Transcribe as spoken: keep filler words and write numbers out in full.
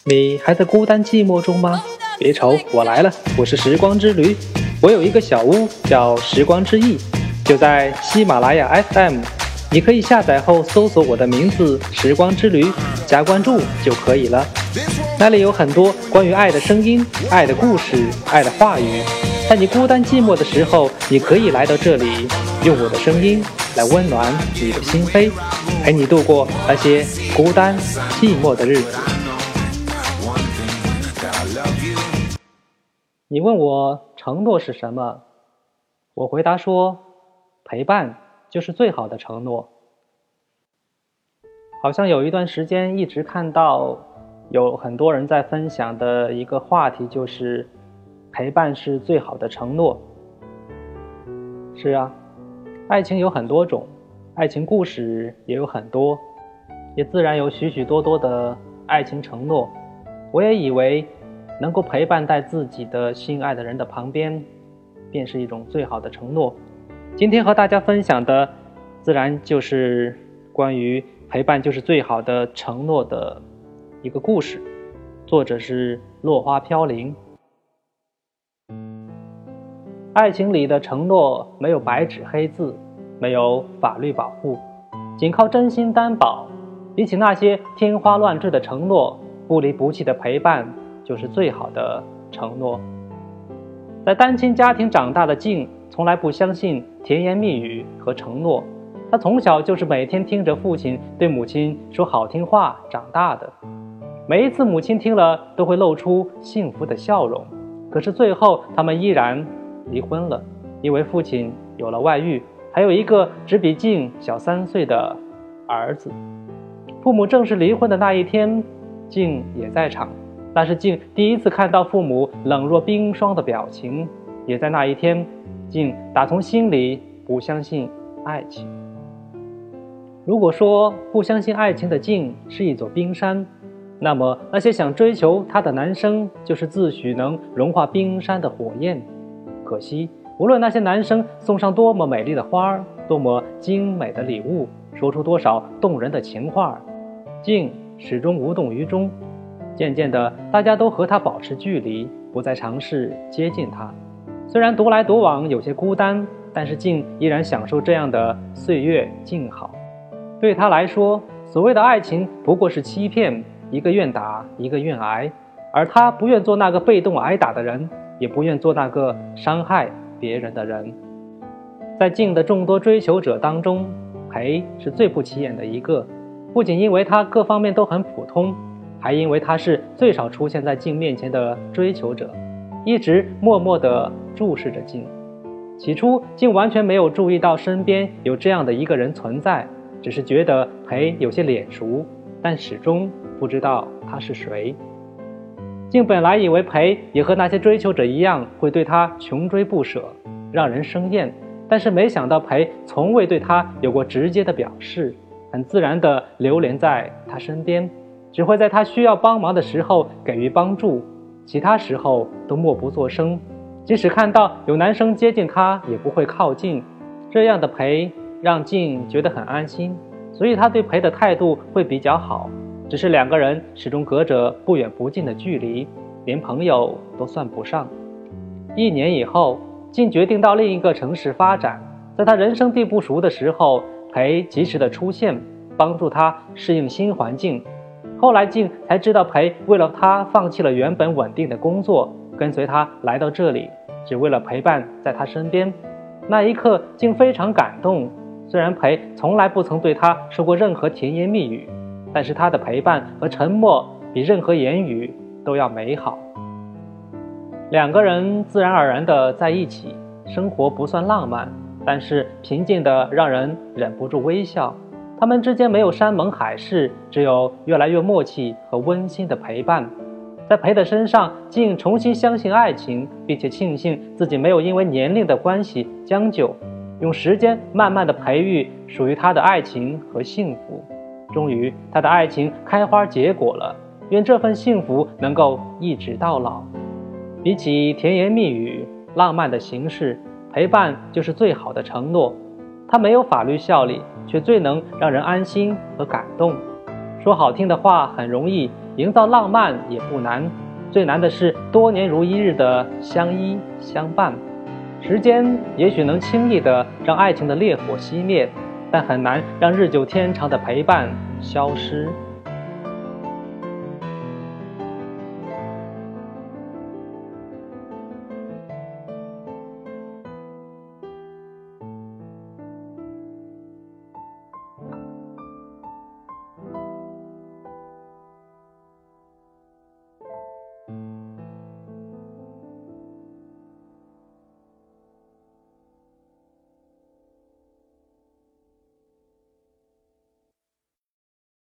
你还在孤单寂寞中吗？别愁，我来了，我是时光之驴。我有一个小屋叫时光之翼，就在喜马拉雅 F M， 你可以下载后搜索我的名字时光之驴，加关注就可以了。那里有很多关于爱的声音、爱的故事、爱的话语。在你孤单寂寞的时候，你可以来到这里，用我的声音来温暖你的心扉，陪你度过那些孤单寂寞的日子。你问我承诺是什么？我回答说，陪伴就是最好的承诺。好像有一段时间一直看到有很多人在分享的一个话题，就是陪伴是最好的承诺。是啊，爱情有很多种，爱情故事也有很多，也自然有许许多多的爱情承诺。我也以为能够陪伴在自己的心爱的人的旁边，便是一种最好的承诺。今天和大家分享的，自然就是关于陪伴就是最好的承诺的一个故事，作者是落花飘零。爱情里的承诺没有白纸黑字，没有法律保护，仅靠真心担保。比起那些天花乱坠的承诺，不离不弃的陪伴就是最好的承诺。在单亲家庭长大的静，从来不相信甜言蜜语和承诺。他从小就是每天听着父亲对母亲说好听话长大的。每一次母亲听了都会露出幸福的笑容，可是最后他们依然离婚了，因为父亲有了外遇，还有一个只比静小三岁的儿子。父母正式离婚的那一天，静也在场。那是静第一次看到父母冷若冰霜的表情，也在那一天，静打从心里不相信爱情。如果说不相信爱情的静是一座冰山，那么那些想追求她的男生就是自诩能融化冰山的火焰。可惜，无论那些男生送上多么美丽的花，多么精美的礼物，说出多少动人的情话，静始终无动于衷。渐渐的，大家都和他保持距离，不再尝试接近他。虽然独来独往有些孤单，但是静依然享受这样的岁月静好。对他来说，所谓的爱情不过是欺骗，一个愿打，一个愿挨。而他不愿做那个被动挨打的人，也不愿做那个伤害别人的人。在静的众多追求者当中，裴是最不起眼的一个，不仅因为他各方面都很普通，还因为他是最少出现在静面前的追求者，一直默默地注视着静。起初静完全没有注意到身边有这样的一个人存在，只是觉得裴有些脸熟，但始终不知道他是谁。静本来以为裴也和那些追求者一样会对他穷追不舍，让人生厌，但是没想到裴从未对他有过直接的表示，很自然地流连在他身边，只会在他需要帮忙的时候给予帮助，其他时候都默不作声。即使看到有男生接近他，也不会靠近。这样的裴让静觉得很安心，所以他对裴的态度会比较好。只是两个人始终隔着不远不近的距离，连朋友都算不上。一年以后，静决定到另一个城市发展。在他人生地不熟的时候，裴及时的出现，帮助他适应新环境。后来静才知道，裴为了他放弃了原本稳定的工作，跟随他来到这里，只为了陪伴在他身边。那一刻静非常感动，虽然裴从来不曾对他说过任何甜言蜜语，但是他的陪伴和沉默比任何言语都要美好。两个人自然而然地在一起，生活不算浪漫，但是平静得让人忍不住微笑。他们之间没有山盟海誓，只有越来越默契和温馨的陪伴。在裴的身上，静重新相信爱情，并且庆幸自己没有因为年龄的关系将就，用时间慢慢地培育属于他的爱情和幸福。终于，他的爱情开花结果了，愿这份幸福能够一直到老。比起甜言蜜语、浪漫的形式，陪伴就是最好的承诺。它没有法律效力，却最能让人安心和感动。说好听的话很容易， 营造浪漫也不难，最难的是多年如一日的相依相伴。时间也许能轻易地让爱情的烈火熄灭，但很难让日久天长的陪伴消失。